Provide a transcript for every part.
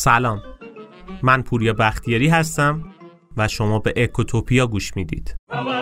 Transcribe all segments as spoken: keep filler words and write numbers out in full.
سلام، من پوریا بختیاری هستم و شما به اکوتوپیا گوش میدید.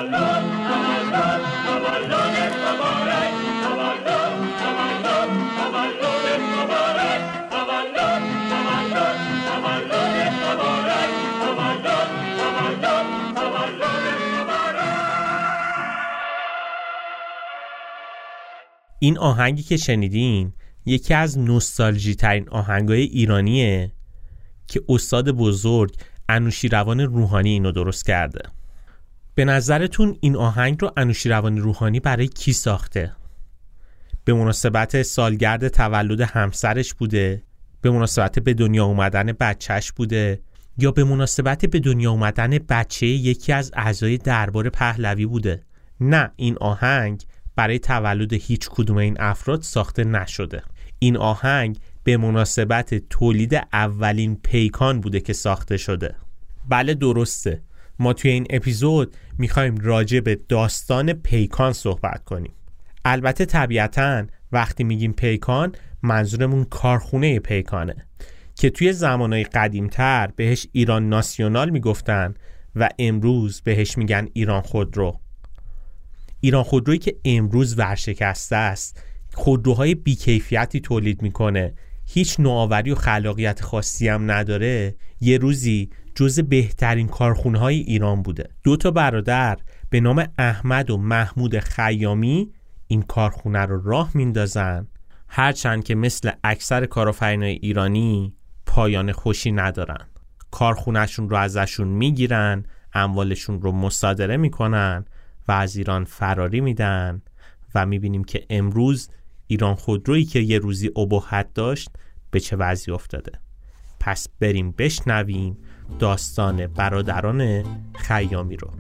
این آهنگی که شنیدین یکی از نوستالژی ترین آهنگای ایرانیه که استاد بزرگ انوشیروان روحانی اینو درست کرده. به نظرتون این آهنگ رو انوشیروان روحانی برای کی ساخته؟ به مناسبت سالگرد تولد همسرش بوده؟ به مناسبت به دنیا اومدن بچهش بوده؟ یا به مناسبت به دنیا اومدن بچه یکی از اعضای دربار پهلوی بوده؟ نه، این آهنگ برای تولد هیچ کدوم این افراد ساخته نشده. این آهنگ به مناسبت تولید اولین پیکان بوده که ساخته شده. بله درسته، ما توی این اپیزود میخوایم راجع به داستان پیکان صحبت کنیم. البته طبیعتاً وقتی میگیم پیکان منظورمون کارخونه پیکانه که توی زمانهای قدیمتر بهش ایران ناسیونال میگفتن و امروز بهش میگن ایران خودرو. ایران خودرویی که امروز ورشکسته است، خودروهای بیکیفیتی تولید میکنه، هیچ نوآوری و خلاقیت خاصی هم نداره، یه روزی جزو بهترین کارخونه‌های ایران بوده. دو تا برادر به نام احمد و محمود خیامی این کارخونه رو راه میندازن، هرچند که مثل اکثر کارآفرینای ایرانی پایان خوشی ندارن. کارخونهشون رو ازشون میگیرن، اموالشون رو مصادره میکنن و از ایران فراری میدن و میبینیم که امروز ایران خودرویی که یه روزی ابهت داشت به چه وضعی افتاده. پس بریم بشنویم داستان برادران خیامی رو.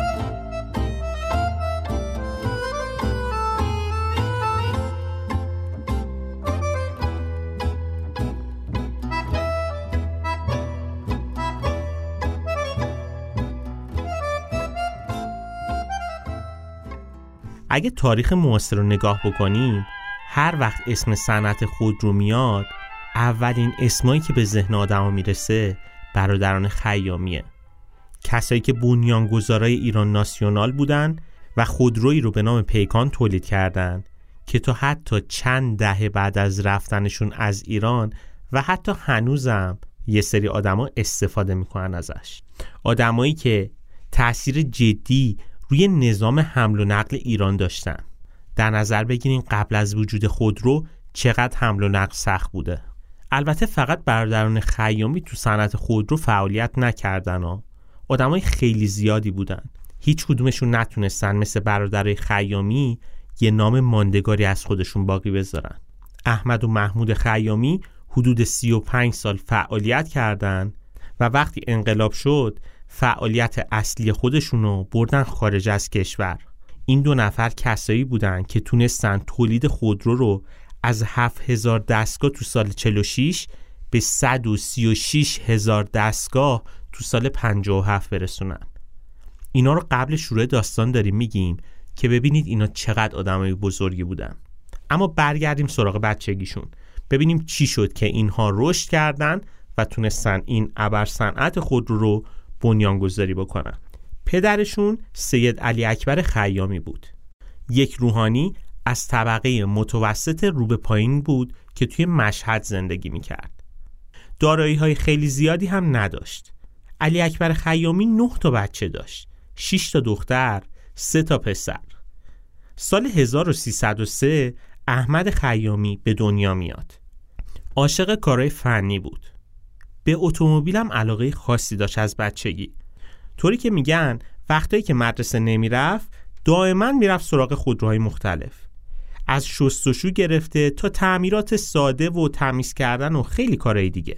اگه تاریخ معاصر رو نگاه بکنیم، هر وقت اسم صنعت خودرو میاد، اولین اسمایی که به ذهن آدم‌ها میرسه برادران خیامیه. کسایی که بنیانگذارای ایران ناسیونال بودن و خودرویی رو به نام پیکان تولید کردن که تا حتی چند دهه بعد از رفتنشون از ایران و حتی هنوزم یه سری آدما استفاده میکنن ازش. آدمایی که تأثیر جدی روی نظام حمل و نقل ایران داشتن. در نظر بگیرین قبل از وجود خودرو چقدر حمل و نقل سخت بوده. البته فقط برادران خیامی تو صنعت خودرو فعالیت نکردن ها. آدمای خیلی زیادی بودن. هیچ کدومشون نتونستن مثل برادرای خیامی یه نام ماندگاری از خودشون باقی بذارن. احمد و محمود خیامی حدود سی و پنج سال فعالیت کردن و وقتی انقلاب شد فعالیت اصلی خودشونو بردن خارج از کشور. این دو نفر کسایی بودن که تونستن تولید خودرو رو از هفت هزار دستگاه تو سال چهل و شش به صد و سی و شش هزار دستگاه تو سال پنجاه و هفت برسونن. اینا رو قبل شروع داستان داریم میگیم که ببینید اینا چقدر آدمای بزرگی بودن. اما برگردیم سراغ بچگیشون، ببینیم چی شد که اینها رشد کردن و تونستن این ابر صنعت خودرو رو بنیانگذاری بکنن. پدرشون سید علی اکبر خیامی بود، یک روحانی از طبقه متوسط رو به پایین بود که توی مشهد زندگی میکرد. دارایی های خیلی زیادی هم نداشت. علی اکبر خیامی نه تا بچه داشت، شش تا دختر، سه تا پسر. سال هزار و سیصد و سه احمد خیامی به دنیا میاد. عاشق کارهای فنی بود. به اتومبیل هم علاقه خاصی داشت از بچگی. طوری که میگن وقتایی که مدرسه نمیرفت دائما میرفت سراغ خودروهای مختلف، از شستشو گرفته تا تعمیرات ساده و تمیز کردن و خیلی کارهای دیگه.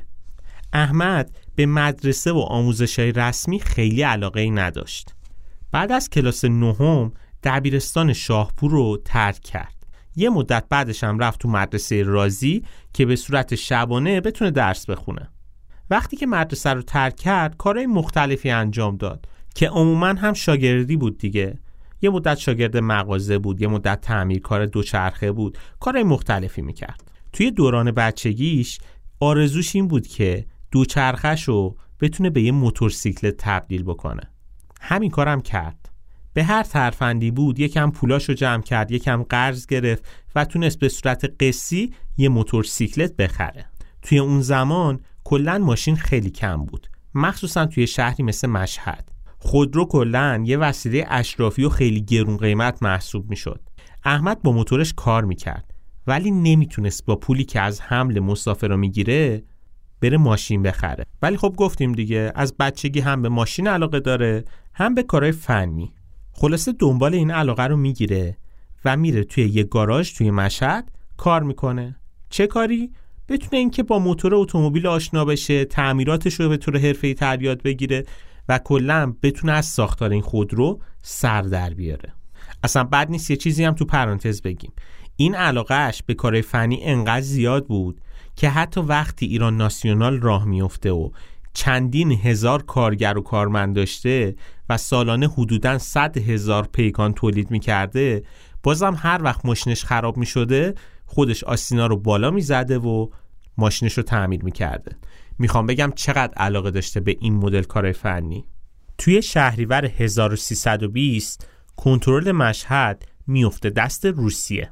احمد به مدرسه و آموزش‌های رسمی خیلی علاقه‌ای نداشت. بعد از کلاس نهم دبیرستان شاهپور رو ترک کرد. یه مدت بعدش هم رفت تو مدرسه رازی که به صورت شبانه بتونه درس بخونه. وقتی که مدرسه رو ترک کرد کارهای مختلفی انجام داد که عموماً هم شاگردی بود دیگه. یه مدت شاگرد مغازه بود، یه مدت تعمیرکار دوچرخه بود، کارهای مختلفی میکرد. توی دوران بچگیش آرزوش این بود که دوچرخه‌شو بتونه به یه موتورسیکلت تبدیل بکنه. همین کارم کرد. به هر ترفندی بود یکم پولاشو جمع کرد، یکم قرض گرفت و تونست به صورت قسطی یه موتورسیکلت بخره. توی اون زمان کلاً ماشین خیلی کم بود، مخصوصاً توی شهری مثل مشهد. خودرو کلاً یه وسیله اشرافی و خیلی گرون قیمت محسوب میشد. احمد با موتورش کار میکرد ولی نمیتونست با پولی که از حمل مسافرا میگیره بره ماشین بخره. ولی خب گفتیم دیگه از بچگی هم به ماشین علاقه داره هم به کارهای فنی. خلاصه دنبال این علاقه رو میگیره و میره توی یه گاراژ توی مشهد کار میکنه. چه کاری؟ بتونه این که با موتور اتومبیل آشنا بشه، تعمیراتش رو به طور حرفه‌ای تر یاد بگیره و کلاً بتونه از ساختار این خودرو سر در بیاره. اصلا بد نیست یه چیزی هم تو پرانتز بگیم. این علاقهش به کارهای فنی انقدر زیاد بود که حتی وقتی ایران ناسیونال راه میفته و چندین هزار کارگر و کارمند داشته و سالانه حدوداً صد هزار پیکان تولید میکرده، بازم هر وقت ماشینش خراب میشده خودش آستینا رو بالا میزده و ماشینش رو تعمیر میکرده. میخوام بگم چقدر علاقه داشته به این مدل کارهای فنی. توی شهریور هزار و سیصد و بیست کنترل مشهد میفته دست روسیه.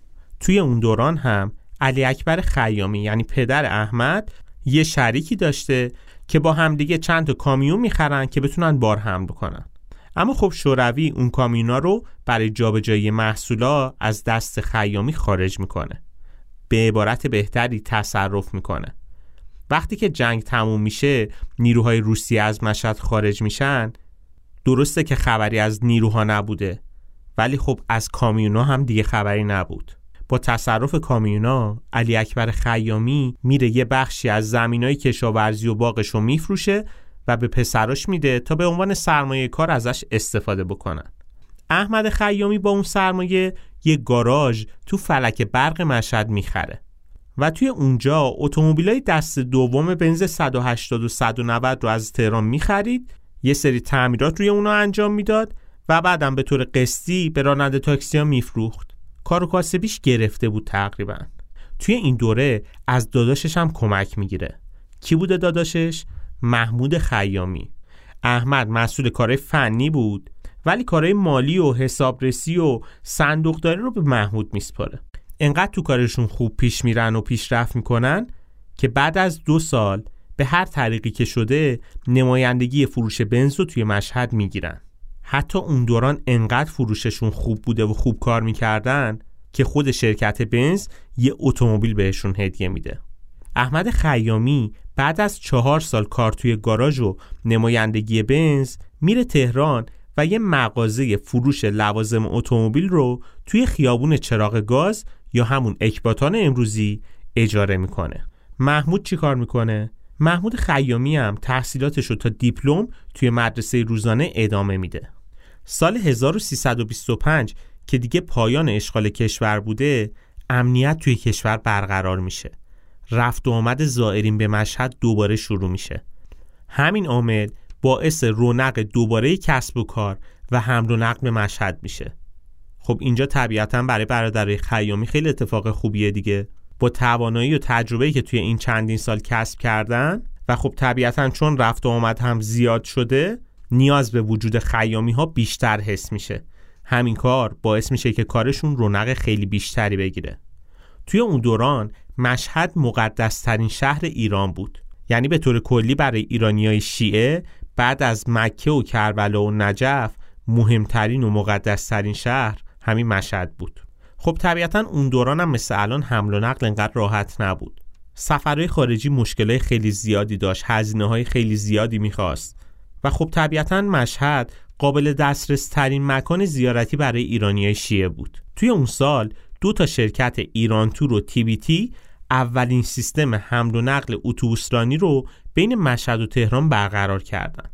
توی اون دوران هم علی اکبر خیامی یعنی پدر احمد یه شریکی داشته که با هم دیگه چند تا کامیون میخرن که بتونن بار حمل بکنن. اما خب شوروی اون کامیونا رو برای جابجایی محصولا از دست خیامی خارج میکنه. به عبارت بهتری تصرف میکنه. وقتی که جنگ تموم میشه نیروهای روسیه از مشهد خارج میشن. درسته که خبری از نیروها نبوده ولی خب از کامیونا هم دیگه خبری نبود. با تصرف کامیونا علی اکبر خیامی میره یه بخشی از زمینای کشاورزی و باغش رو میفروشه و به پسراش میده تا به عنوان سرمایه کار ازش استفاده بکنن. احمد خیامی با اون سرمایه یه گاراژ تو فلک برق مشهد میخره و توی اونجا اتومبیلای دست دوم بنز صد و هشتاد و صد و نود رو از تهران میخرید، یه سری تعمیرات روی اونا انجام میداد و بعدم به طور قسطی به راننده تاکسی ها میفروخت. کار و کاسبیش گرفته بود تقریبا. توی این دوره از داداشش هم کمک میگیره. کی بوده داداشش؟ محمود خیامی. احمد مسئول کارهای فنی بود ولی کارهای مالی و حسابرسی و صندوقداری رو به محمود میسپاره. انقدر تو کارشون خوب پیش میرن و پیشرفت میکنن که بعد از دو سال به هر طریقی که شده نمایندگی فروش بنز رو توی مشهد میگیرن. حتی اون دوران انقدر فروششون خوب بوده و خوب کار میکردن که خود شرکت بنز یه اتومبیل بهشون هدیه میده. احمد خیامی بعد از چهار سال کار توی گاراژ و نمایندگی بنز میره تهران و یه مغازه فروش لوازم اتومبیل رو توی خیابون چراغ گاز یا همون اکباتان امروزی اجاره میکنه. محمود چی کار میکنه؟ محمود خیامی هم تحصیلاتش رو تا دیپلم توی مدرسه روزانه ادامه میده. سال هزار و سیصد و بیست و پنج که دیگه پایان اشغال کشور بوده، امنیت توی کشور برقرار میشه. رفت و آمد زائرین به مشهد دوباره شروع میشه. همین عامل باعث رونق دوباره کسب و کار و حمل و نقل به مشهد میشه. خب اینجا طبیعتاً برای برادرای خیامی خیلی اتفاق خوبیه دیگه. با توانایی و تجربه‌ای که توی این چندین سال کسب کردن و خب طبیعتاً چون رفت و آمد هم زیاد شده، نیاز به وجود خیامی ها بیشتر حس میشه. همین کار باعث میشه که کارشون رونق خیلی بیشتری بگیره. توی اون دوران مشهد مقدس‌ترین شهر ایران بود. یعنی به طور کلی برای ایرانیای شیعه بعد از مکه و کربلا و نجف مهمترین و مقدس‌ترین شهر همین مشهد بود. خب طبیعتاً اون دوران هم مثل الان حمل و نقل انقدر راحت نبود. سفرهای خارجی مشکلات خیلی زیادی داشت، هزینه‌های خیلی زیادی می‌خواست و خب طبیعتاً مشهد قابل دسترس ترین مکان زیارتی برای ایرانیای شیعه بود. توی اون سال دو تا شرکت ایران تور و تی بی تی اولین سیستم حمل و نقل اتوبوسرانی رو بین مشهد و تهران برقرار کردن.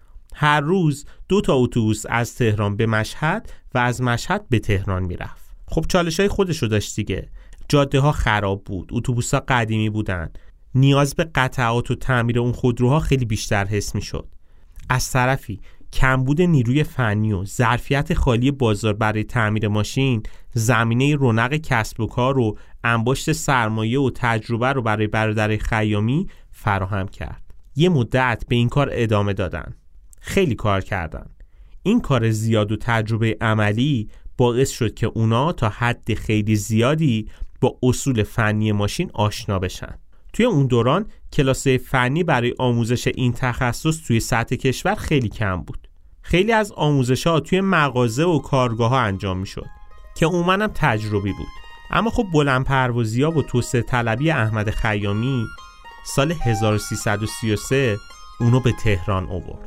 هر روز دو تا اتوبوس از تهران به مشهد و از مشهد به تهران میرفت. خب چالش‌های خودشو داشت دیگه. جاده ها خراب بود، اتوبوس‌ها قدیمی بودن. نیاز به قطعات و تعمیر اون خودروها خیلی بیشتر حس می‌شد. از طرفی کمبود نیروی فنی و ظرفیت خالی بازار برای تعمیر ماشین زمینه رونق کسب و کار و انباشت سرمایه و تجربه رو برای برادر خیامی فراهم کرد. یه مدت به این کار ادامه دادن. خیلی کار کردن. این کار زیاد و تجربه عملی باعث شد که اونا تا حد خیلی زیادی با اصول فنی ماشین آشنا بشن. توی اون دوران کلاس‌های فنی برای آموزش این تخصص توی سطح کشور خیلی کم بود. خیلی از آموزش‌ها توی مغازه و کارگاه‌ها انجام می‌شد که عموماً هم تجربی بود. اما خب بلندپروازی‌ها و توسعه طلبی احمد خیامی سال هزار و سیصد و سی و سه اونو به تهران آورد.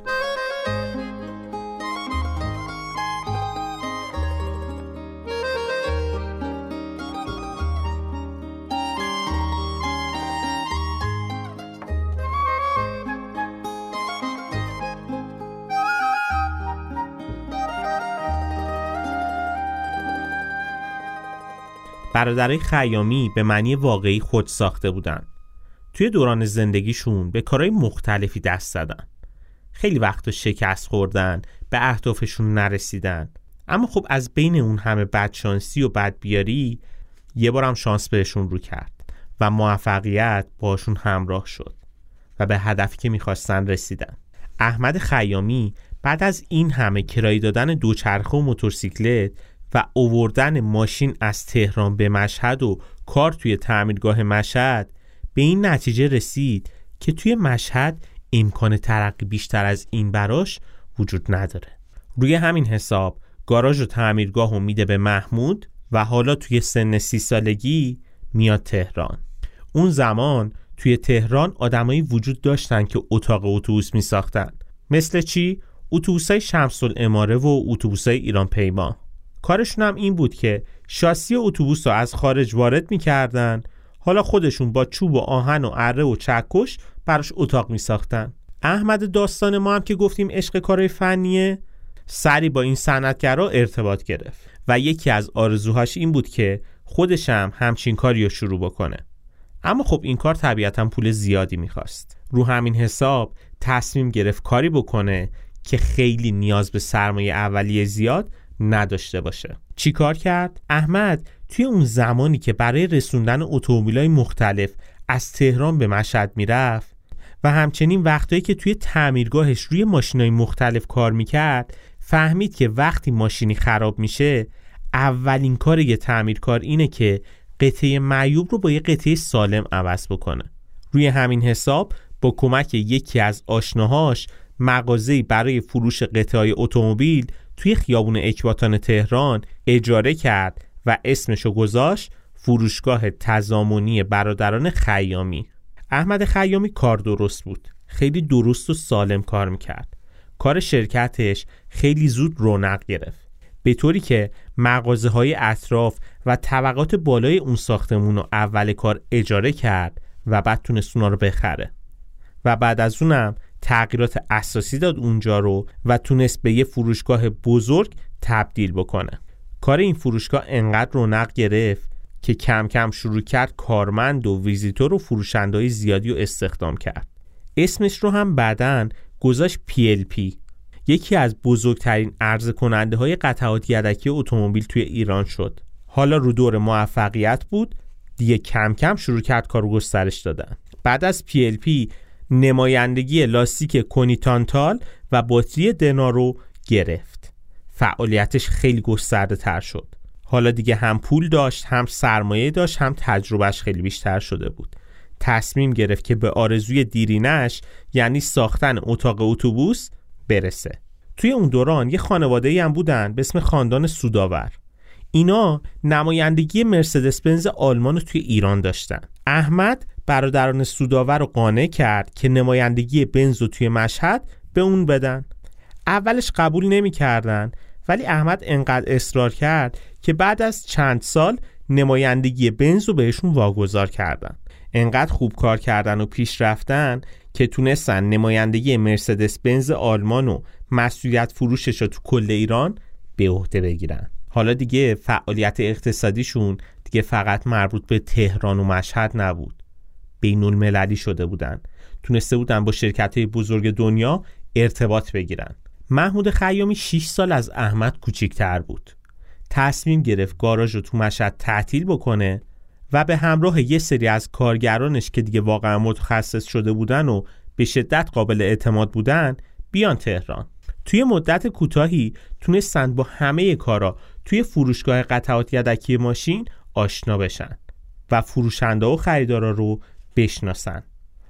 برادرای خیامی به معنی واقعی خود ساخته بودن. توی دوران زندگیشون به کارهای مختلفی دست زدن. خیلی وقتا شکست خوردن، به اهدافشون نرسیدن. اما خب از بین اون همه بدشانسی و بدبیاری یه بارم شانس بهشون رو کرد و موفقیت باشون همراه شد و به هدفی که میخواستن رسیدن. احمد خیامی بعد از این همه کرایه دادن دوچرخه و موتورسیکلت و آوردن ماشین از تهران به مشهد و کار توی تعمیرگاه مشهد به این نتیجه رسید که توی مشهد امکان ترقی بیشتر از این براش وجود نداره. روی همین حساب گاراژ و تعمیرگاه رو میده به محمود و حالا توی سن سی سالگی میاد تهران. اون زمان توی تهران آدمایی وجود داشتن که اتاق اتوبوس میساختن. مثل چی؟ اتوبوسای شمس العماره و اتوبوسای ایران پیما. کارشون هم این بود که شاسی اتوبوس رو از خارج وارد میکردن، حالا خودشون با چوب و آهن و اره و چکش براش اتاق میساختن. احمد داستان ما هم که گفتیم عشق کارهای فنیه، سری با این صنعتگرا ارتباط گرفت و یکی از آرزوهاش این بود که خودش هم همچین کاری رو شروع بکنه. اما خب این کار طبیعتاً پول زیادی میخواست. رو همین حساب تصمیم گرفت کاری بکنه که خیلی نیاز به سرمایه اولیه زیاد نداشته باشه. چی کار کرد؟ احمد توی اون زمانی که برای رسوندن اتومبیل‌های مختلف از تهران به مشهد میرفت و همچنین وقتایی که توی تعمیرگاهش روی ماشینای مختلف کار میکرد، فهمید که وقتی ماشینی خراب میشه اولین کار یه تعمیرکار اینه که قطعه معیوب رو با یه قطعه سالم عوض بکنه. روی همین حساب با کمک یکی از آشناهاش مغازه‌ای برای فروش قطعه‌های اتومبیل توی خیابون اکباتان تهران اجاره کرد و اسمشو گذاشت فروشگاه تضامنی برادران خیامی. احمد خیامی کار درست بود. خیلی درست و سالم کار میکرد. کار شرکتش خیلی زود رونق گرفت. به طوری که مغازه‌های اطراف و طبقات بالای اون ساختمون رو اول کار اجاره کرد و بعد تونست اونا رو بخره. و بعد از اونم تغییرات اساسی داد اونجا رو و تونست به یه فروشگاه بزرگ تبدیل بکنه. کار این فروشگاه انقدر رونق گرفت که کم کم شروع کرد کارمند و ویزیتور و فروشنده‌های زیادی رو استخدام کرد. اسمش رو هم بعداً گذاشت پی ال پی. یکی از بزرگترین عرضه کننده های قطعات یدکی اتومبیل توی ایران شد. حالا رو دور موفقیت بود، دیگه کم کم شروع کرد کارو گسترش دادن. بعد از پی ال پی نمایندگی لاستیک کونیتانتال و باتری دنارو گرفت. فعالیتش خیلی گسترده تر شد. حالا دیگه هم پول داشت، هم سرمایه داشت، هم تجربهش خیلی بیشتر شده بود. تصمیم گرفت که به آرزوی دیرینش، یعنی ساختن اتاق اتوبوس، برسه. توی اون دوران یه خانواده‌ای هم بودن به اسم خاندان سودآور. اینا نمایندگی مرسدس بنز آلمان رو توی ایران داشتن. احمد برادران سودآور رو قانع کرد که نمایندگی بنز رو توی مشهد به اون بدن. اولش قبول نمی کردن، ولی احمد انقدر اصرار کرد که بعد از چند سال نمایندگی بنز رو بهشون واگذار کردن. انقدر خوب کار کردن و پیش رفتن که تونستن نمایندگی مرسدس بنز آلمان و مسئولیت فروشش رو تو کل ایران به عهده بگیرن. حالا دیگه فعالیت اقتصادیشون دیگه فقط مربوط به تهران و مشهد نبود. بین المللی شده بودن. تونسته بودن با شرکت‌های بزرگ دنیا ارتباط بگیرن. محمود خیامی شش سال از احمد کوچیک‌تر بود. تصمیم گرفت گاراژ رو تو مشهد تعطیل بکنه و به همراه یه سری از کارگرانش که دیگه واقعا متخصص شده بودن و به شدت قابل اعتماد بودن بیان تهران. توی مدت کوتاهی تونستن با همه کارا توی فروشگاه قطعات یدکی ماشین آشنا بشن و فروشنده و خریدارا رو بشناسن.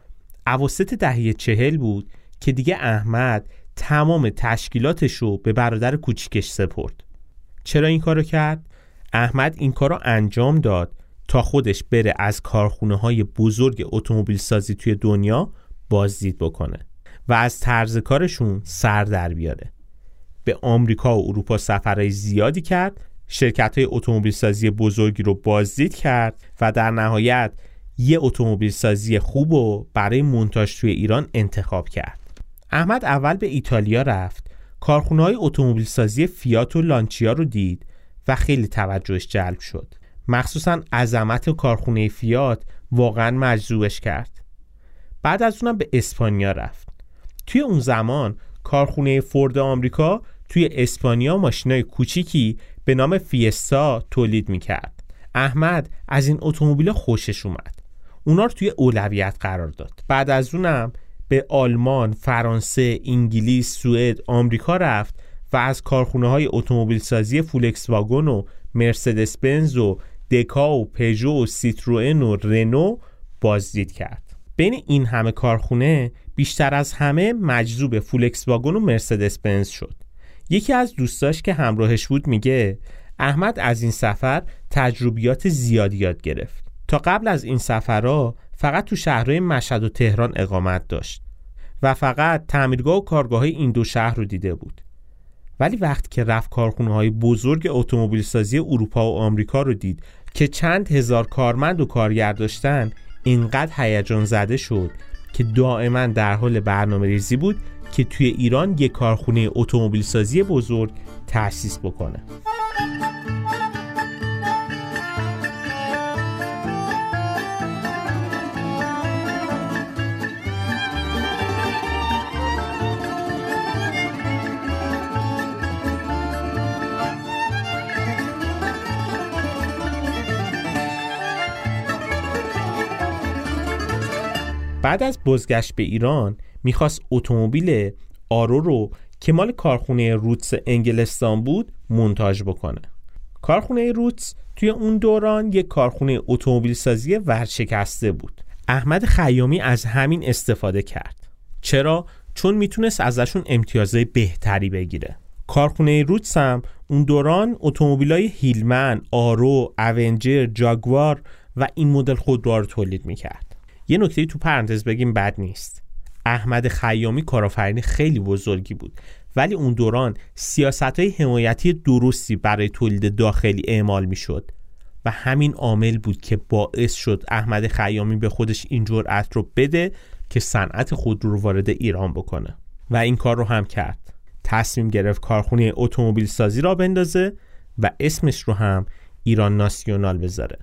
اواسط دهه چهل بود که دیگه احمد تمام تشکیلاتش رو به برادر کوچیکش سپرد. چرا این کارو کرد؟ احمد این کارو انجام داد تا خودش بره از کارخونه های بزرگ اتومبیل سازی توی دنیا بازدید بکنه و از طرز کارشون سر در بیاره. به آمریکا و اروپا سفرهای زیادی کرد، شرکت‌های اتومبیل سازی بزرگی رو بازدید کرد و در نهایت یه اتومبیل سازی خوب رو برای مونتاژ توی ایران انتخاب کرد. احمد اول به ایتالیا رفت، کارخونه‌های اتومبیل سازی فیات و لانچیا رو دید و خیلی توجهش جلب شد. مخصوصاً عظمت کارخونه فیات واقعاً مجذوبش کرد. بعد از اونم به اسپانیا رفت. توی اون زمان کارخونه فورد آمریکا توی اسپانیا ماشینای کوچیکی به نام فیستا تولید میکرد. احمد از این اتومبیلا خوشش اومد. اونا رو توی اولویت قرار داد. بعد از اونم به آلمان، فرانسه، انگلیس، سوئد، آمریکا رفت و از کارخونه‌های اتومبیل سازی فولکس واگن و مرسدس بنز و دکا و پژو و سیتروئن و رنو بازدید کرد. بین این همه کارخونه بیشتر از همه مجذوب فولکس واگن و مرسدس بنز شد. یکی از دوستاش که همراهش بود میگه احمد از این سفر تجربیات زیادی یاد گرفت. تا قبل از این سفرها فقط تو شهرهای مشهد و تهران اقامت داشت و فقط تعمیرگاه و کارگاه‌های این دو شهر رو دیده بود. ولی وقتی که رفت کارخونه‌های بزرگ اتومبیل سازی اروپا و آمریکا رو دید که چند هزار کارمند و کارگر داشتن، اینقدر هیجان زده شد که دائما در حال برنامه‌ریزی بود که توی ایران یک کارخونه اتومبیل سازی بزرگ تأسیس بکنه. بعد از بازگشت به ایران میخواست اتومبیل آرو رو که مال کارخونه روتس انگلستان بود مونتاژ بکنه. کارخونه روتس توی اون دوران یک کارخونه اتومبیل سازی ورشکسته بود. احمد خیامی از همین استفاده کرد. چرا؟ چون میتونست ازشون امتیازهای بهتری بگیره. کارخونه روتس هم اون دوران اتومبیلای هیلمن، آرو، اونجر، جاگوار و این مدل خودروها رو تولید میکرد. یه نکته تو پرانتز بگیم بد نیست. احمد خیامی کارآفرین خیلی بزرگی بود، ولی اون دوران سیاست‌های حمایتی درستی برای تولید داخلی اعمال میشد و همین عامل بود که باعث شد احمد خیامی به خودش این جرأت رو بده که صنعت خودرو رو وارد ایران بکنه و این کار رو هم کرد. تصمیم گرفت کارخونه اتومبیل سازی را بندازه و اسمش رو هم ایران ناسیونال بذاره.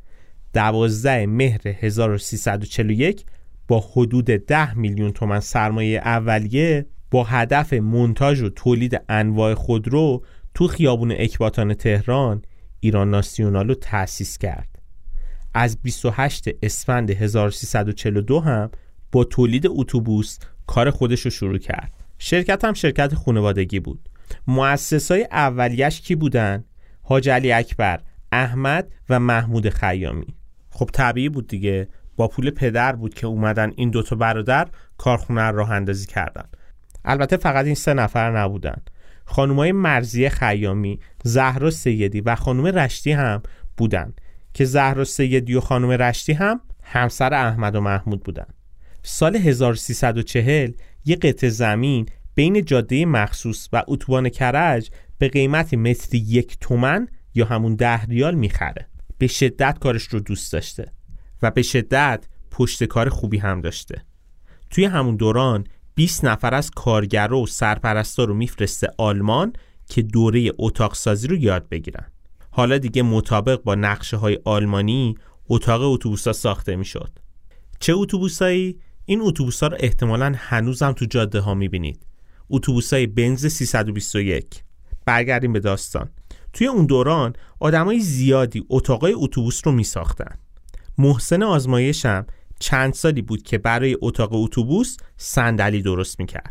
دوازده مهر هزار و سیصد و چهل و یک با حدود ده میلیون تومان سرمایه اولیه با هدف مونتاژ و تولید انواع خودرو تو خیابون اکباتان تهران ایران ناسیونال رو تأسیس کرد. از بیست و هشتم اسفند هزار و سیصد و چهل و دو هم با تولید اتوبوس کار خودش رو شروع کرد. شرکت هم شرکت خانوادگی بود. مؤسسای اولیش کی بودن؟ حاج علی اکبر، احمد و محمود خیامی. خب طبیعی بود دیگه، با پول پدر بود که اومدن این دوتا برادر کارخونه رو راه اندازی کردن. البته فقط این سه نفر نبودن. خانومای مرضیه خیامی، زهرا سیدی و خانم رشتی هم بودن که زهرا سیدی و خانم رشتی هم همسر احمد و محمود بودن. سال هزار و سیصد و چهل یه قطعه زمین بین جاده مخصوص و اتوبان کرج به قیمت متری یک تومن یا همون ده ریال میخره. به شدت کارش رو دوست داشته و به شدت پشت کار خوبی هم داشته. توی همون دوران بیست نفر از کارگر و سرپرستا رو میفرسته آلمان که دوره اتاق سازی رو یاد بگیرن. حالا دیگه مطابق با نقشه های آلمانی اتاق اتوبوسا ساخته میشد. چه اتوبوسایی؟ این اتوبوسا رو احتمالاً هنوز هم تو جاده ها میبینید. اتوبوسای بنز سیصد و بیست و یک. برگردیم به داستان. توی اون دوران آدمای زیادی اتاقای اتوبوس رو میساختن. محسن آزمایشم چند سالی بود که برای اتاق اتوبوس صندلی درست میکرد.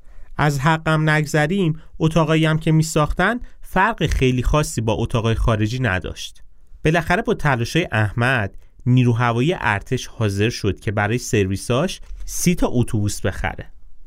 از حقم نگذریم، اتاقایی هم که میساختن فرق خیلی خاصی با اتاقای خارجی نداشت. بالاخره با تلاشای احمد نیرو هوایی ارتش حاضر شد که برای سرویساش سی تا اتوبوس بخره.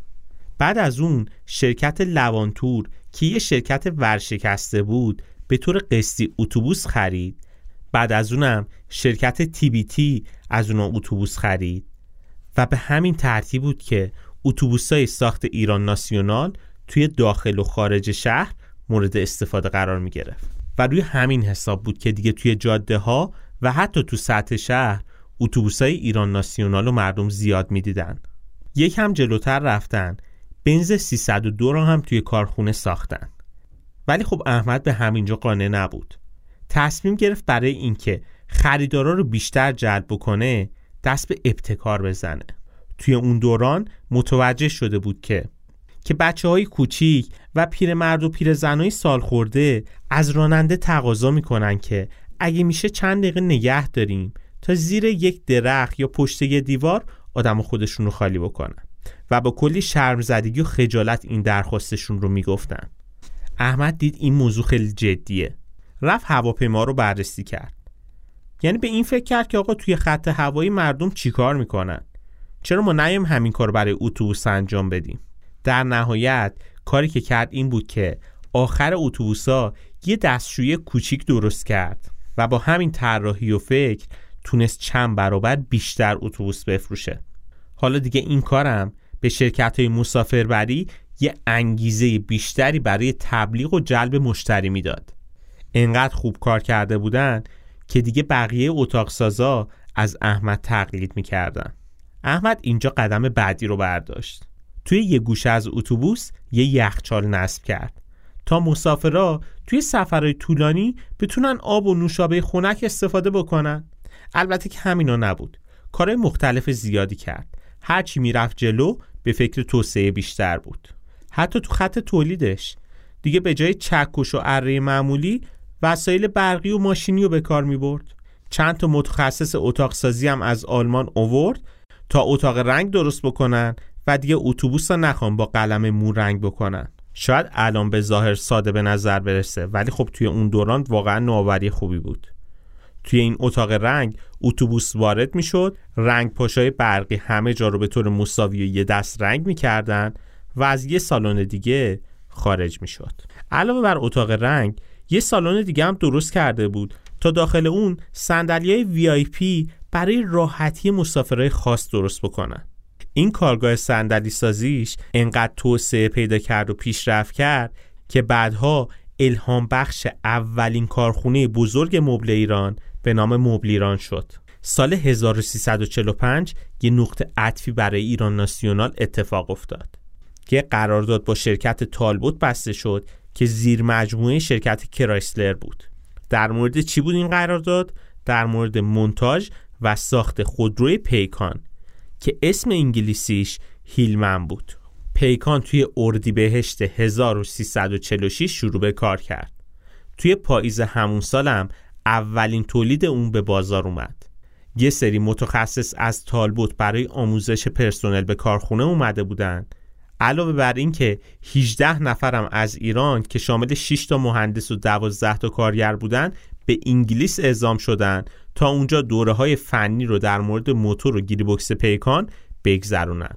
بعد از اون شرکت لوانتور که یه شرکت ورشکسته بود به طور قسطی اتوبوس خرید. بعد از اونم شرکت تی بی تی از اونها اتوبوس خرید و به همین ترتیب بود که اتوبوسای ساخت ایران ناسیونال توی داخل و خارج شهر مورد استفاده قرار می گرفت و روی همین حساب بود که دیگه توی جاده ها و حتی تو سطح شهر اتوبوسای ایران ناسیونال رو مردم زیاد می دیدن. یک هم جلوتر رفتن، بنز سیصد و دو را هم توی کارخونه ساختن. ولی خب احمد به همینجا قانع نبود. تصمیم گرفت برای اینکه خریدارا رو بیشتر جلب بکنه دست به ابتکار بزنه. توی اون دوران متوجه شده بود که که بچه‌های کوچیک و پیرمرد و پیرزنای سالخورده از راننده تقاضا میکنن که اگه میشه چند دقیقه نگه داریم تا زیر یک درخت یا پشت یه دیوار آدم خودشون رو خالی بکنن و با کلی شرمزدگی و خجالت این درخواستشون رو میگفتن. احمد دید این موضوع خیلی جدیه. رفت هواپیما رو بررسی کرد. یعنی به این فکر کرد که آقا توی خط هوایی مردم چیکار میکنن؟ چرا ما نیم همین کار برای اتوبوس انجام بدیم؟ در نهایت کاری که کرد این بود که آخر اتوبوسا یه دستشویی کوچیک درست کرد و با همین طراحی و فکر تونست چند برابر بیشتر اتوبوس بفروشه. حالا دیگه این کارم به شرکت‌های مسافربری یه انگیزه بیشتری برای تبلیغ و جلب مشتری میداد. انقدر خوب کار کرده بودن که دیگه بقیه اتاقسازا از احمد تقلید میکردن. احمد اینجا قدم بعدی رو برداشت. توی یه گوشه از اتوبوس یه یخچال نصب کرد تا مسافرها توی سفرهای طولانی بتونن آب و نوشابه خنک استفاده بکنن. البته که همینا نبود. کارهای مختلف زیادی کرد. هرچی میرفت جلو به فکر توسعه بیشتر بود. حتی تو خط تولیدش دیگه به جای چکش و اره معمولی وسایل برقی و ماشینی رو به کار می برد. چند تا متخصص اتاق سازی هم از آلمان آورد تا اتاق رنگ درست بکنن و دیگه اتوبوس رو نخوان با قلم مو رنگ بکنن. شاید الان به ظاهر ساده به نظر برسه ولی خب توی اون دوران واقعا نوآوری خوبی بود. توی این اتاق رنگ اتوبوس وارد می شد، رنگ پاشای برقی همه جا رو به طور مساوی یه دست رنگ می کردن و از یه سالن دیگه خارج می شد. علاوه بر اتاق رنگ یه سالن دیگه هم درست کرده بود تا داخل اون صندلی‌های وی آی پی برای راحتی مسافرای خاص درست بکنن. این کارگاه صندلی سازیش انقدر توسعه پیدا کرد و پیشرفت کرد که بعدها الهام بخش اولین کارخونه بزرگ مبل ایران به نام مبل ایران شد. سال هزار و سیصد و چهل و پنج یه نقطه عطفی برای ایران ناسیونال اتفاق افتاد. یه قرارداد با شرکت تالبوت بسته شد که زیر مجموعه شرکت کرایسلر بود. در مورد چی بود این قرارداد؟ در مورد مونتاژ و ساخت خودروی پیکان که اسم انگلیسیش هیلمن بود. پیکان توی اردیبهشت هزار و سیصد و چهل و شش شروع به کار کرد. توی پاییز همون سالم اولین تولید اون به بازار اومد. یه سری متخصص از تالبوت برای آموزش پرسنل به کارخونه اومده بودن. علاوه بر این که هجده نفرم از ایران که شامل شش تا مهندس و دوازده تا کارگر بودن به انگلیس اعزام شدن تا اونجا دوره‌های فنی رو در مورد موتور و گیربکس پیکان بگذرونن.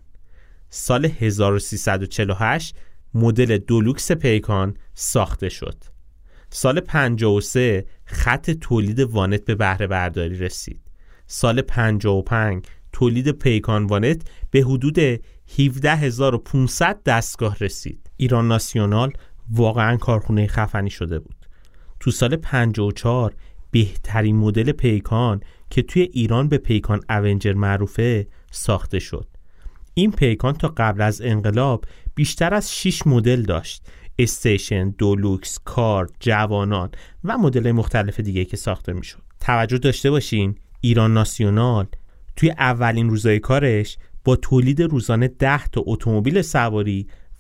سال هزار و سیصد و چهل و هشت مدل دولوکس پیکان ساخته شد. سال پنجاه و سه خط تولید وانت به بهره برداری رسید. سال پنجاه و پنج تولید پیکان وانت به حدود هفده هزار و پانصد دستگاه رسید. ایران ناسیونال واقعا کارخونه خفنی شده بود. تو سال پنجاه و چهار بهترین مدل پیکان که توی ایران به پیکان اونجر معروفه ساخته شد. این پیکان تا قبل از انقلاب بیشتر از شش مدل داشت: استیشن، دولوکس، کار، جوانان و مدل مختلف دیگه که ساخته میشد. توجه داشته باشین ایران ناسیونال توی اولین روزای کارش با تولید روزانه ده تا اتومبیل سواری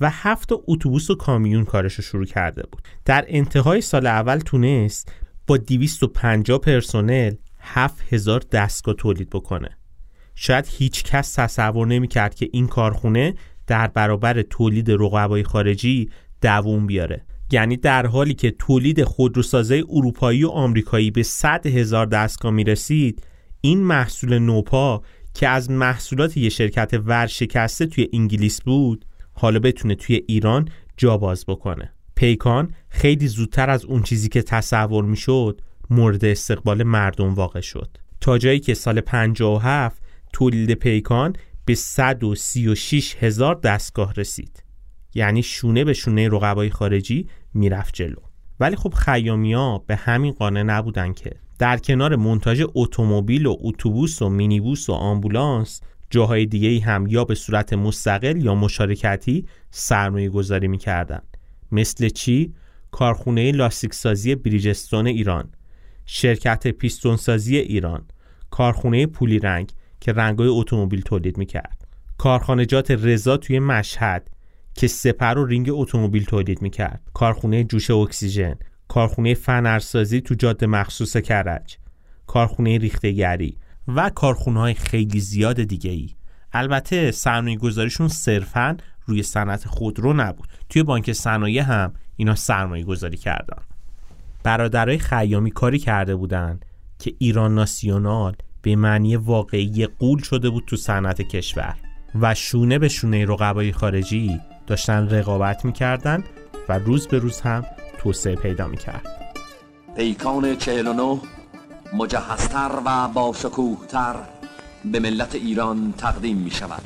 و هفت تا اتوبوس و کامیون کارش رو شروع کرده بود. در انتهای سال اول تونست با دویست و پنجاه پرسنل هفت هزار دستگاه تولید بکنه. شاید هیچ کس تصور نمی‌کرد که این کارخونه در برابر تولید رقبای خارجی دووم بیاره. یعنی در حالی که تولید خودروسازی اروپایی و آمریکایی به صد هزار دستگاه میرسید، این محصول نوپا که از محصولات یه شرکت ورشکسته توی انگلیس بود حالا بتونه توی ایران جا باز بکنه. پیکان خیلی زودتر از اون چیزی که تصور میشد مورد استقبال مردم واقع شد، تا جایی که سال پنجاه و هفت تولید پیکان به صد و سی و شش هزار دستگاه رسید. یعنی شونه به شونه رقبای خارجی میرفت جلو. ولی خب خیامیا به همین قانع نبودن که در کنار مونتاژ اتومبیل و اتوبوس و مینیبوس و آمبولانس جاهای دیگه‌ای هم یا به صورت مستقل یا مشارکتی سرمایه گذاری می‌کردن. مثل چی؟ کارخونه لاستیک سازی بریجستون ایران، شرکت پیستون سازی ایران، کارخونه پولی رنگ که رنگ‌های اتومبیل تولید می‌کرد، کارخانجات رضا توی مشهد که سپر و رینگ اتومبیل تولید می‌کرد، کارخونه جوش اکسیژن، کارخونه فنرسازی تو جاده مخصوص کرج، کارخونه ریخته‌گری و کارخونه‌های خیلی زیاد دیگه‌ای. البته سرمایه‌گذاریشون صرفاً روی صنعت خودرو نبود. توی بانک صنایع هم اینا سرمایه‌گذاری کردن. برادرای خیامی کاری کرده بودن که ایران ناسیونال به معنی واقعی غول شده بود تو صنعت کشور و شونه به شونه رقبای خارجی داشتن رقابت می‌کردن و روز به روز هم توسعه پیدا می‌کرد. پیکان چهل و نه مجهزتر و با شکوه‌تر به ملت ایران تقدیم می‌شود.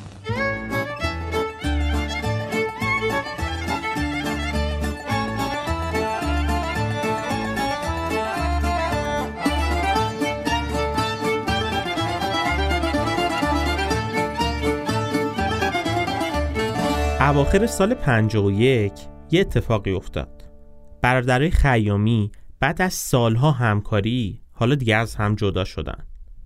اواخر سال پنجاه و یک یه اتفاقی افتاد. برادرای خیامی بعد از سالها همکاری حالا دیگه از هم جدا شدن.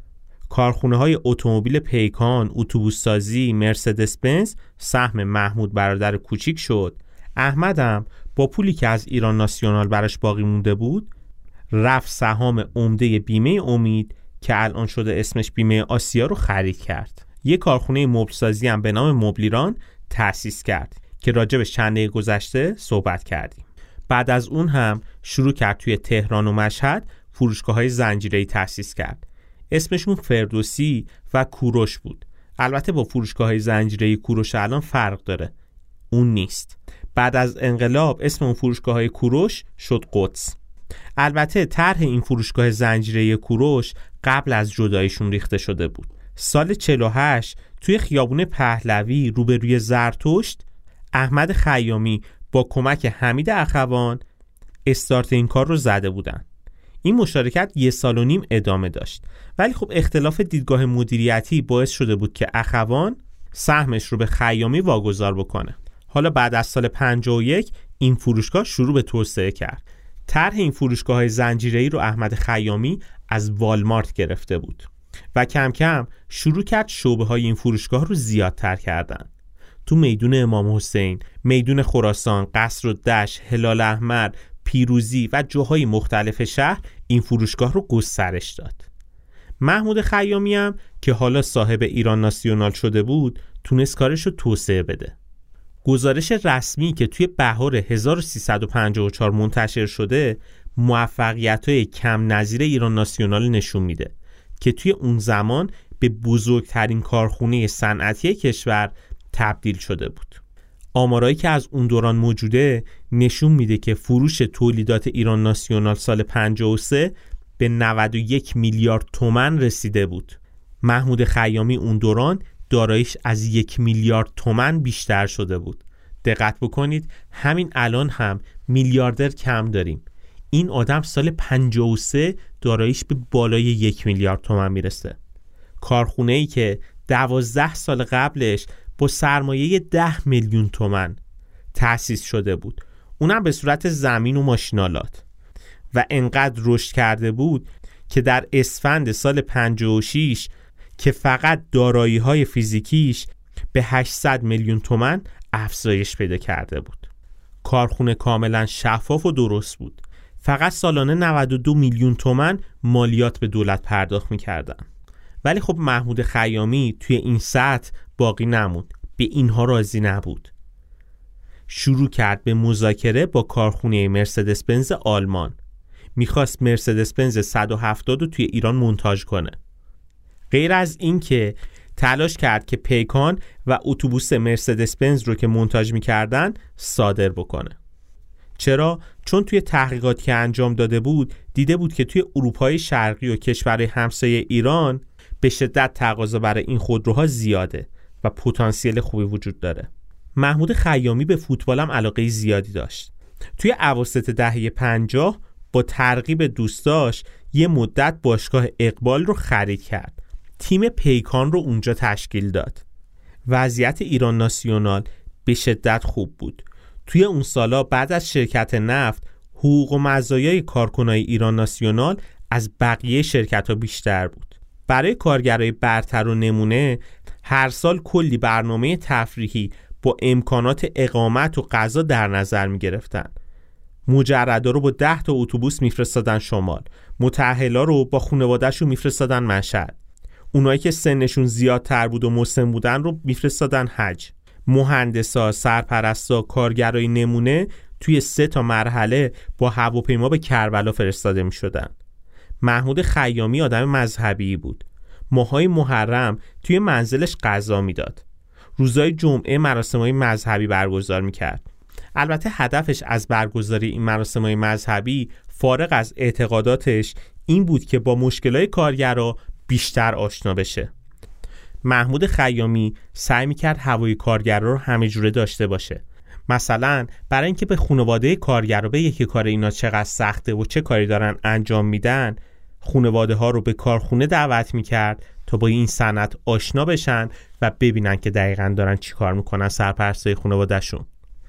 کارخونه های اتومبیل پیکان، اتوبوس سازی، مرسدس بنز سهم محمود برادر کوچیک شد. احمدم با پولی که از ایران ناسیونال براش باقی مونده بود رفت سهام عمده بیمه امید که الان شده اسمش بیمه آسیا رو خرید کرد. یه کارخونه مبل سازی هم به نام مبل ایران تأسیس کرد که راجبش چند دقیقه گذشته صحبت کردیم. بعد از اون هم شروع کرد توی تهران و مشهد فروشگاه‌های زنجیره‌ای تأسیس کرد. اسمشون فردوسی و کوروش بود. البته با فروشگاه‌های زنجیره‌ای کوروش الان فرق داره. اون نیست. بعد از انقلاب اسم اون فروشگاه‌های کوروش شد قدس. البته طرح این فروشگاه زنجیره‌ای کوروش قبل از جداییشون ریخته شده بود. سال چهل و هشت توی خیابون پهلوی روبروی زرتشت احمد خیامی با کمک حمید اخوان استارت این کار رو زده بودن. این مشارکت یه سال و نیم ادامه داشت، ولی خب اختلاف دیدگاه مدیریتی باعث شده بود که اخوان سهمش رو به خیامی واگذار بکنه. حالا بعد از سال پنجاه و یک این فروشگاه شروع به توسعه کرد. طرح این فروشگاه‌های زنجیره‌ای رو احمد خیامی از والمارت گرفته بود و کم کم شروع کرد شعبه‌های این فروشگاه رو زیادتر کردن. تو میدون امام حسین، میدون خراسان، قصر الدش، هلال احمر، پیروزی و جاهای مختلف شهر این فروشگاه رو گسترش داد. محمود خیامی هم که حالا صاحب ایران ناسیونال شده بود تونست کارش رو توسعه بده. گزارش رسمی که توی بهار هزار و سیصد و پنجاه و چهار منتشر شده موفقیت‌های کم نظیر ایران ناسیونال نشون میده که توی اون زمان به بزرگترین کارخونه صنعتی کشور تبدیل شده بود. آمارایی که از اون دوران موجوده نشون میده که فروش تولیدات ایران ناسیونال سال پنجاه و سه به نود و یک میلیارد تومان رسیده بود. محمود خیامی اون دوران داراییش از یک میلیارد تومان بیشتر شده بود. دقت بکنید همین الان هم میلیاردر کم داریم. این آدم سال پنجاه و سه داراییش به بالای یک میلیارد تومان میرسه. کارخونه‌ای که دوازده سال قبلش با سرمایه ده میلیون تومان تأسیس شده بود، اونم به صورت زمین و ماشینالات، و انقدر رشد کرده بود که در اسفند سال پنجاه و شش که فقط دارایی‌های فیزیکیش به هشتصد میلیون تومان افزایش پیدا کرده بود. کارخونه کاملا شفاف و درست بود. فقط سالانه نود و دو میلیون تومان مالیات به دولت پرداخت می‌کردن. ولی خب محمود خیامی توی این سطح باقی نموند. به اینها راضی نبود. شروع کرد به مذاکره با کارخونه مرسدس بنز آلمان. میخواست مرسدس بنز صد و هفتاد رو توی ایران مونتاژ کنه. غیر از این که تلاش کرد که پیکان و اتوبوس مرسدس بنز رو که مونتاژ میکردن صادر بکنه. چرا؟ چون توی تحقیقاتی که انجام داده بود دیده بود که توی اروپای شرقی و کشورهای همسایه ایران به شدت تقاضا برای این خودروها زیاده و پتانسیل خوبی وجود داره. محمود خیامی به فوتبال هم علاقه زیادی داشت. توی اواسط دهه پنجاه با ترغیب دوستاش یه مدت باشگاه اقبال رو خرید کرد. تیم پیکان رو اونجا تشکیل داد. وضعیت ایران ناسیونال به شدت خوب بود. توی اون سالا بعد از شرکت نفت حقوق و مزایای کارکنای ایران ناسیونال از بقیه شرکت‌ها بیشتر بود. برای کارگرای برتر و نمونه هر سال کلی برنامه تفریحی با امکانات اقامت و غذا در نظر می گرفتن. مجردا رو با ده تا اتوبوس میفرستادن شمال. متأهلا رو با خانواده‌شون میفرستادن مشهد. اونایی که سنشون زیادتر بود و مسن بودن رو میفرستادن حج. مهندسا، سرپرستا، کارگرای نمونه توی سه تا مرحله با هواپیما به کربلا فرستاده میشدن. محمود خیامی آدم مذهبی بود. ماهای محرم توی منزلش غذا میداد. روزای جمعه مراسم‌های مذهبی برگزار میکرد. البته هدفش از برگزاری این مراسم‌های مذهبی فارغ از اعتقاداتش این بود که با مشکلات کارگرا بیشتر آشنا بشه. محمود خیامی سعی میکرد هوای کارگرا رو همه جوره داشته باشه. مثلا برای اینکه به خانواده کارگرا بگه که کار اینا چقدر سخته و چه کاری دارن انجام میدن، خانواده ها رو به کارخونه دعوت میکرد تا با این صنعت آشنا بشن و ببینن که دقیقاً دارن چی کار میکنن سرپرستای خانواده‌شون.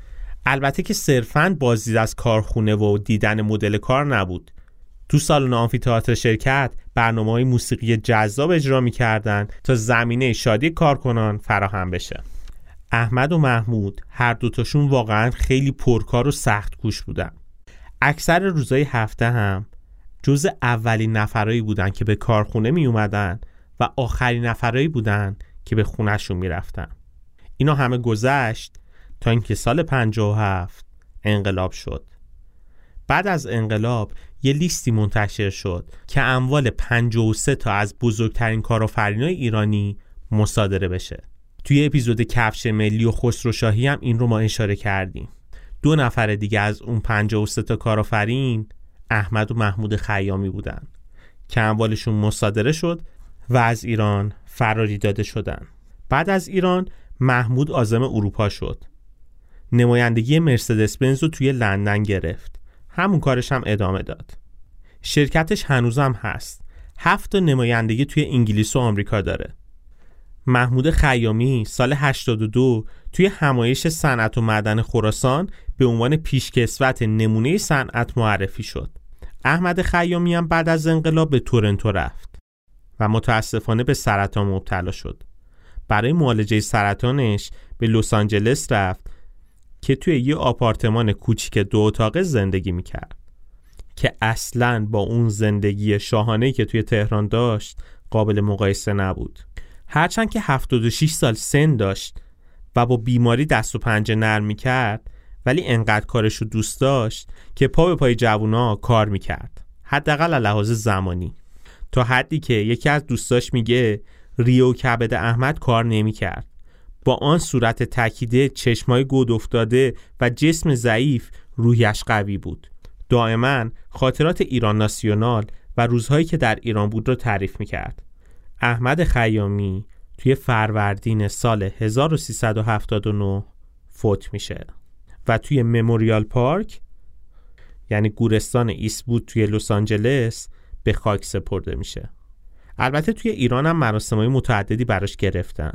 البته که صرفاً بازدید از کارخونه و دیدن مدل کار نبود. تو سالن آمفی‌تئاتر شرکت برنامه‌های موسیقی جذاب اجرا می‌کردن تا زمینه شادی کارکنان فراهم بشه. احمد و محمود هر دوتاشون واقعاً خیلی پرکار و سخت کوش بودن. اکثر روزهای هفته هم جز اولین نفرایی بودن که به کارخونه می اومدن و آخرین نفرایی بودن که به خونه‌شون میرفتن. اینا همه گذشت تا اینکه سال پنجاه و هفت انقلاب شد. بعد از انقلاب یه لیستی منتشر شد که اموال پنجاه و سه تا از بزرگترین کارآفرینای ایرانی مصادره بشه. توی اپیزود کفش ملی و خسروشاهی هم این رو ما اشاره کردیم. دو نفر دیگه از اون پنجاه و سه تا کارآفرین احمد و محمود خیامی بودن که اموالشون مصادره شد و از ایران فراری داده شدن. بعد از ایران محمود عازم اروپا شد. نمایندگی مرسدس بنز رو توی لندن گرفت. همون کارش هم ادامه داد. شرکتش هنوزم هست. هفت تا نمایندگی توی انگلیس و آمریکا داره. محمود خیامی سال هشتاد و دو توی همایش صنعت و معدن خراسان به عنوان پیشکسوت نمونه صنعت معرفی شد. احمد خیامی هم بعد از انقلاب به تورنتو رفت و متاسفانه به سرطان مبتلا شد. برای معالجه سرطانش به لس آنجلس رفت که توی یه آپارتمان کوچیک دو اتاقه زندگی میکرد که اصلاً با اون زندگی شاهانه‌ای که توی تهران داشت قابل مقایسه نبود. هرچند که هفتاد و شش سال سن داشت و با بیماری دست و پنجه نرم میکرد، ولی انقدر کارشو دوست داشت که پا به پای جوونا کار میکرد، حداقل لحاظ زمانی. تا حدی که یکی از دوستاش میگه ریه و کبد احمد کار نمیکرد. با آن صورت تکیده، چشمای گود افتاده و جسم ضعیف، روحیش قوی بود. دائما خاطرات ایران ناسیونال و روزهایی که در ایران بود رو تعریف میکرد. احمد خیامی توی فروردین سال هزار و سیصد و هفتاد و نه فوت میشه و توی مموریال پارک، یعنی گورستان ایست‌وود توی لس آنجلس، به خاک سپرده میشه. البته توی ایران هم مراسم‌های متعددی براش گرفتن.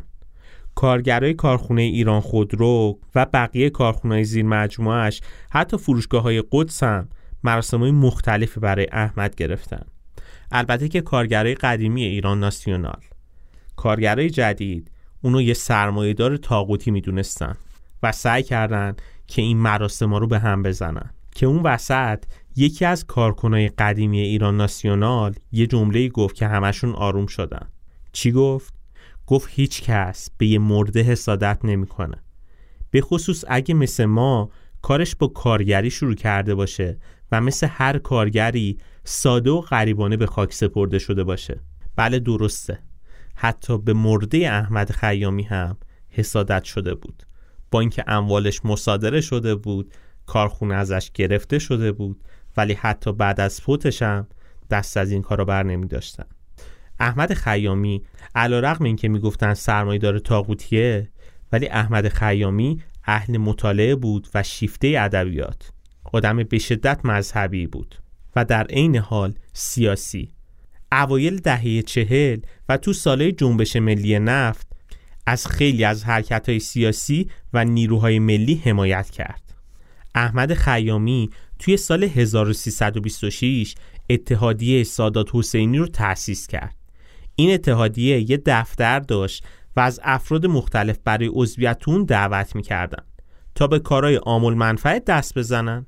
کارگرای کارخونه ایران خودرو و بقیه کارخونه‌های زیر مجموعه‌اش، حتی فروشگاه‌های قدس هم مراسم‌های مختلفی برای احمد گرفتن. البته که کارگرای قدیمی ایران ناسیونال، کارگرای جدید اونو یه سرمایه‌دار طاغوتی میدونستن و سعی کردن که این مراسم رو به هم بزنن. که اون وسط یکی از کارکنای قدیمی ایران ناسیونال یه جمله‌ای گفت که همشون آروم شدن. چی گفت؟ گفت هیچ کس به یه مرده حسادت نمی‌کنه. به خصوص اگه مثل ما کارش با کارگری شروع کرده باشه و مثل هر کارگری ساده و غریبانه به خاک سپرده شده باشه. بله درسته. حتی به مرده احمد خیامی هم حسادت شده بود. با اینکه اموالش مصادره شده بود، کارخونه ازش گرفته شده بود، ولی حتی بعد از فوتش هم دست از این کارا بر نمی داشتن. احمد خیامی علیرغم اینکه میگفتن سرمایه‌دار طاغوتیه، ولی احمد خیامی اهل مطالعه بود و شیفته ادبیات. آدم به شدت مذهبی بود و در عین حال سیاسی. اوایل دهه چهل و تو سالهای جنبش ملی نفت از خیلی از حرکت‌های سیاسی و نیروهای ملی حمایت کرد. احمد خیامی توی سال هزار و سیصد و بیست و شش اتحادیه سادات حسینی رو تأسیس کرد. این اتحادیه یه دفتر داشت و از افراد مختلف برای عضویت اون دعوت می‌کردن تا به کارهای عامل منفعت دست بزنن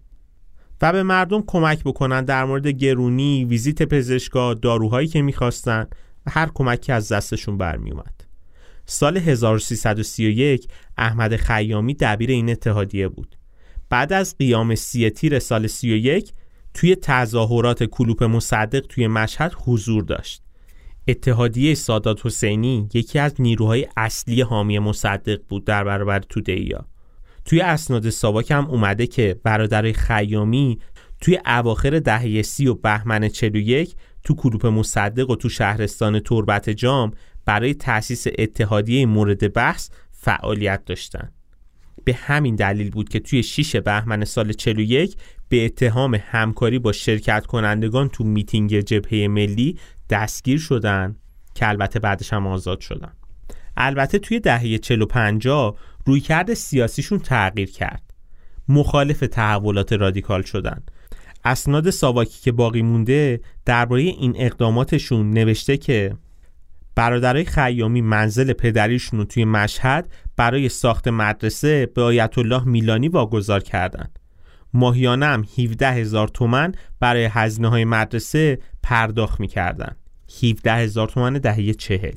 و به مردم کمک بکنن در مورد گرونی، ویزیت پزشکا، داروهایی که می‌خواستن و هر کمکی از دستشون برمی اومد. سال هزار و سیصد و سی و یک احمد خیامی دبیر این اتحادیه بود. بعد از قیام سی تیر سال سی و یک توی تظاهرات کلوپ مصدق توی مشهد حضور داشت. اتحادیه سادات حسینی یکی از نیروهای اصلی حامی مصدق بود در برابر توده‌ای‌ها. توی اسناد ساواک هم اومده که برادرای خیامی توی اواخر دهه سی و بهمن چهل و یک تو کلوپ مصدق و تو شهرستان تربت جام برای تأسیس اتحادیه مورد بحث فعالیت داشتن. به همین دلیل بود که توی شش بهمن سال چهل و یک به اتهام همکاری با شرکت کنندگان تو میتینگ جبهه ملی دستگیر شدن که البته بعدش هم آزاد شدن. البته توی دهه چهل و پنجاه رویکرد سیاسیشون تغییر کرد. مخالف تحولات رادیکال شدن. اسناد ساواکی که باقی مونده درباره این اقداماتشون نوشته که برادرای خیامی منزل پدریشون رو توی مشهد برای ساخت مدرسه به آیت الله میلانی واگذار کردند. ماهیانه هم هفده هزار تومان برای هزینه‌های مدرسه پرداخت می‌کردند. هفده هزار تومان دهه چهل.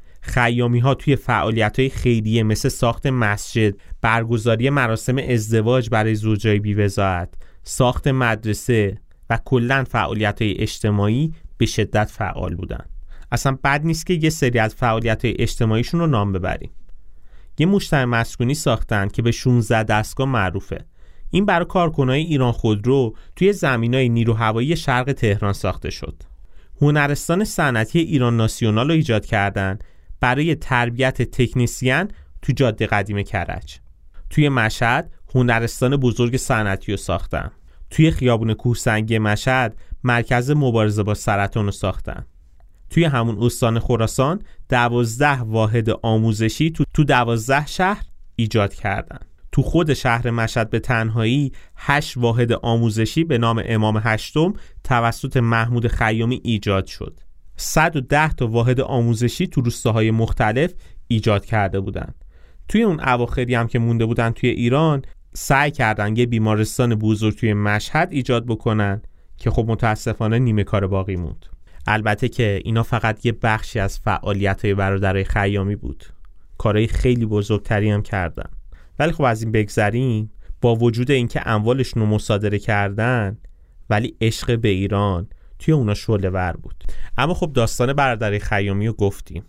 خیامی ها توی فعالیت‌های خیریه مثل ساخت مسجد، برگزاری مراسم ازدواج برای زوجای بی‌وضاحت، ساخت مدرسه و کلاً فعالیت‌های اجتماعی به شدت فعال بودند. اصلا بد نیست که یه سری از فعالیت‌های اجتماعیشون رو نام ببریم. یه مجتمع مسکونی ساختن که به شانزده دستگاه معروفه. این برای کارکنای ایران خودرو توی زمینای نیروهوایی شرق تهران ساخته شد. هنرستان صنعتی ایران ناسیونال رو ایجاد کردن برای تربیت تکنیسیان تو جاده قدیم کرج. توی مشهد هنرستان بزرگ صنعتی رو ساختن. توی خیابون کوهسنگی مشهد مرکز مبارزه با سرطان رو ساختن. توی همون استان خراسان دوازده واحد آموزشی تو تو دوازده شهر ایجاد کردن. تو خود شهر مشهد به تنهایی هشت واحد آموزشی به نام امام هشتم توسط محمود خیامی ایجاد شد. صد و ده تا واحد آموزشی تو روستاهای مختلف ایجاد کرده بودن. توی اون اواخری هم که مونده بودن توی ایران سعی کردن یه بیمارستان بزرگ توی مشهد ایجاد بکنن که خب متاسفانه نیمه کار باقی موند. البته که اینا فقط یه بخشی از فعالیت‌های برادرای خیامی بود. کارهای خیلی بزرگتری هم کردن. ولی خب از این بگذریم، با وجود اینکه اموالشون رو مصادره کردن ولی عشق به ایران توی اونا شعله ور بود. اما خب داستان برادرای خیامی رو گفتیم.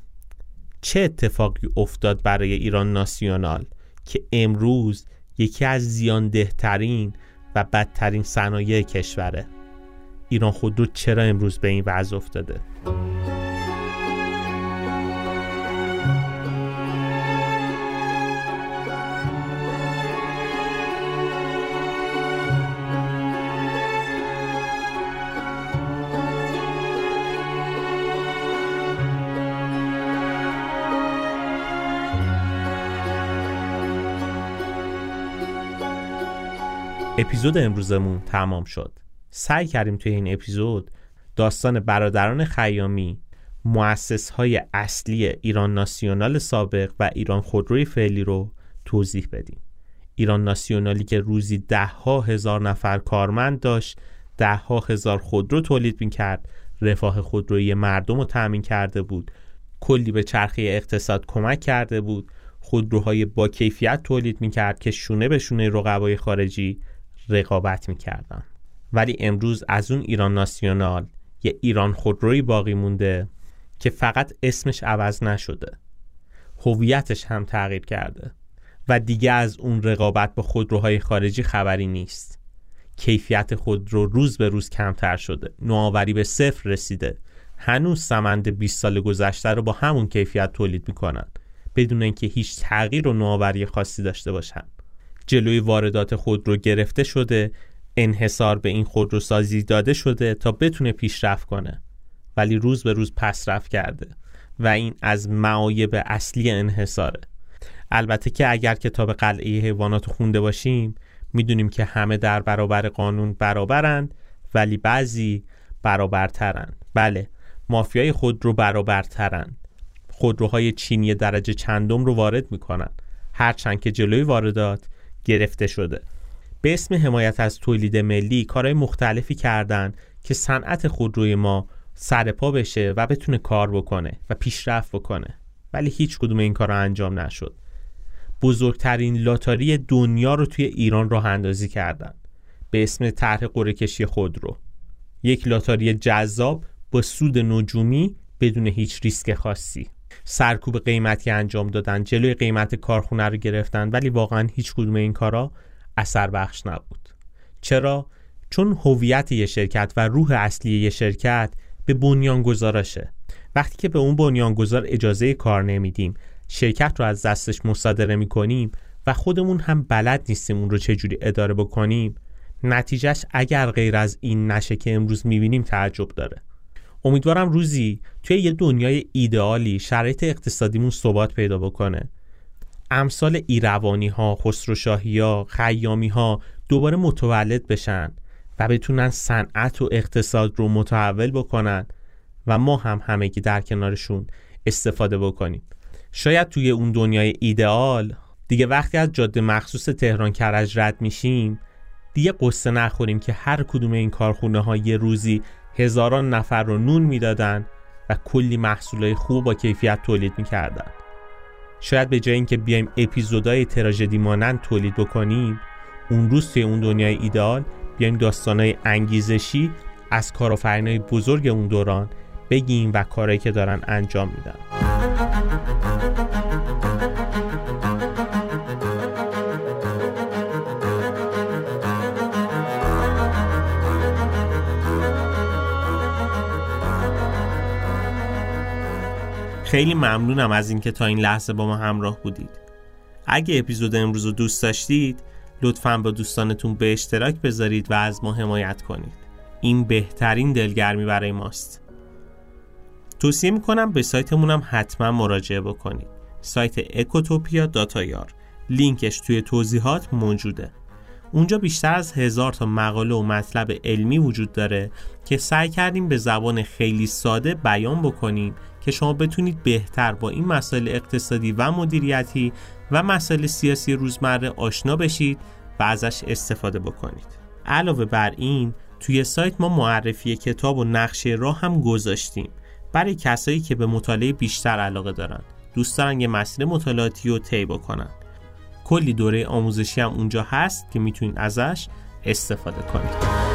چه اتفاقی افتاد برای ایران ناسیونال که امروز یکی از زیاندهترین و بدترین صنایع کشوره؟ ایران خودرو چرا امروز به این وضع افتاده؟ اپیزود امروزمون تمام شد. سعی کردیم توی این اپیزود داستان برادران خیامی، مؤسس‌های اصلی ایران ناسیونال سابق و ایران خودروی فعلی رو توضیح بدیم. ایران ناسیونالی که روزی ده ها هزار نفر کارمند داشت، ده ها هزار خودرو تولید میکرد، رفاه خودرویی مردم رو تأمین کرده بود، کلی به چرخه اقتصاد کمک کرده بود، خودروهای با کیفیت تولید میکرد که شونه به شونه رقبای خارجی رقابت میکردن. ولی امروز از اون ایران ناسیونال یه ایران خودرویی باقی مونده که فقط اسمش عوض نشده، هویتش هم تغییر کرده و دیگه از اون رقابت با خودروهای خارجی خبری نیست. کیفیت خودرو روز به روز کمتر شده، نوآوری به صفر رسیده. هنوز سمند بیست سال گذشته رو با همون کیفیت تولید میکنن بدون اینکه هیچ تغییر و نوآوری خاصی داشته باشن. جلوی واردات خودرو گرفته شده، انحصار به این خودروسازی داده شده تا بتونه پیشرفت کنه، ولی روز به روز پسرفت کرده و این از معایب اصلی انحصاره. البته که اگر کتاب قلعه حیوانات خونده باشیم میدونیم که همه در برابر قانون برابرند، ولی بعضی برابرترند. بله، مافیای خودرو برابرترند. خودروهای چینی درجه چندم رو وارد میکنن، هرچند که جلوی واردات گرفته شده. به اسم حمایت از تولید ملی کارهای مختلفی کردن که صنعت خودروی ما سر پا بشه و بتونه کار بکنه و پیشرفت بکنه، ولی هیچ کدوم این کارا انجام نشد. بزرگترین لاتاری دنیا رو توی ایران راه اندازی کردن به اسم طرح قرعه کشی خودرو. یک لاتاری جذاب با سود نجومی بدون هیچ ریسک خاصی. سرکوب قیمتی انجام دادن، جلوی قیمت کارخونه رو گرفتن، ولی واقعا هیچ کدوم این کارا اثر بخش نبود. چرا؟ چون هویت یه شرکت و روح اصلی یه شرکت به بنیانگذارشه. وقتی که به اون بنیانگذار اجازه کار نمیدیم، شرکت رو از دستش مصادره میکنیم و خودمون هم بلد نیستیم اون رو چجوری اداره بکنیم، نتیجهش اگر غیر از این نشه که امروز میبینیم تعجب داره. امیدوارم روزی توی یه دنیای ایدئالی شرایط اقتصادیمون ثبات پیدا بکنه، امثال ایروانی ها، خسرو شاهی ها، خیامی ها دوباره متولد بشن و بتونن صنعت و اقتصاد رو متحول بکنن و ما هم همگی در کنارشون استفاده بکنیم. شاید توی اون دنیای ایدئال دیگه وقتی از جاده مخصوص تهران کرج رد میشیم دیگه قصه نخوریم که هر کدوم این کارخونه ها یه روزی هزاران نفر رو نون میدادن و کلی محصولای خوب با کیفیت تولید میکردن. شاید به جای اینکه بیایم اپیزودهای تراژدی مانند تولید بکنیم، اون روز توی اون دنیای ایدئال بیایم داستانهای انگیزشی از کارآفرینای بزرگ اون دوران بگیم و کارهایی که دارن انجام میدن. خیلی ممنونم از اینکه تا این لحظه با ما همراه بودید. اگه اپیزود امروز رو دوست داشتید لطفاً با دوستانتون به اشتراک بذارید و از ما حمایت کنید. این بهترین دلگرمی برای ماست. توصیه میکنم به سایتمون هم حتما مراجعه بکنید. سایت اکوتوپیا دات آی آر، لینکش توی توضیحات موجوده. اونجا بیشتر از هزار تا مقاله و مطلب علمی وجود داره که سعی کردیم به زبان خیلی ساده بیان بکنیم که شما بتونید بهتر با این مسائل اقتصادی و مدیریتی و مسائل سیاسی روزمره آشنا بشید و ازش استفاده بکنید. علاوه بر این توی سایت ما معرفی کتاب و نقشه راه هم گذاشتیم برای کسایی که به مطالعه بیشتر علاقه دارن، دوست دارن یه مسیر مطالعاتی رو طی بکنن. کلی دوره آموزشی هم اونجا هست که میتونید ازش استفاده کنید.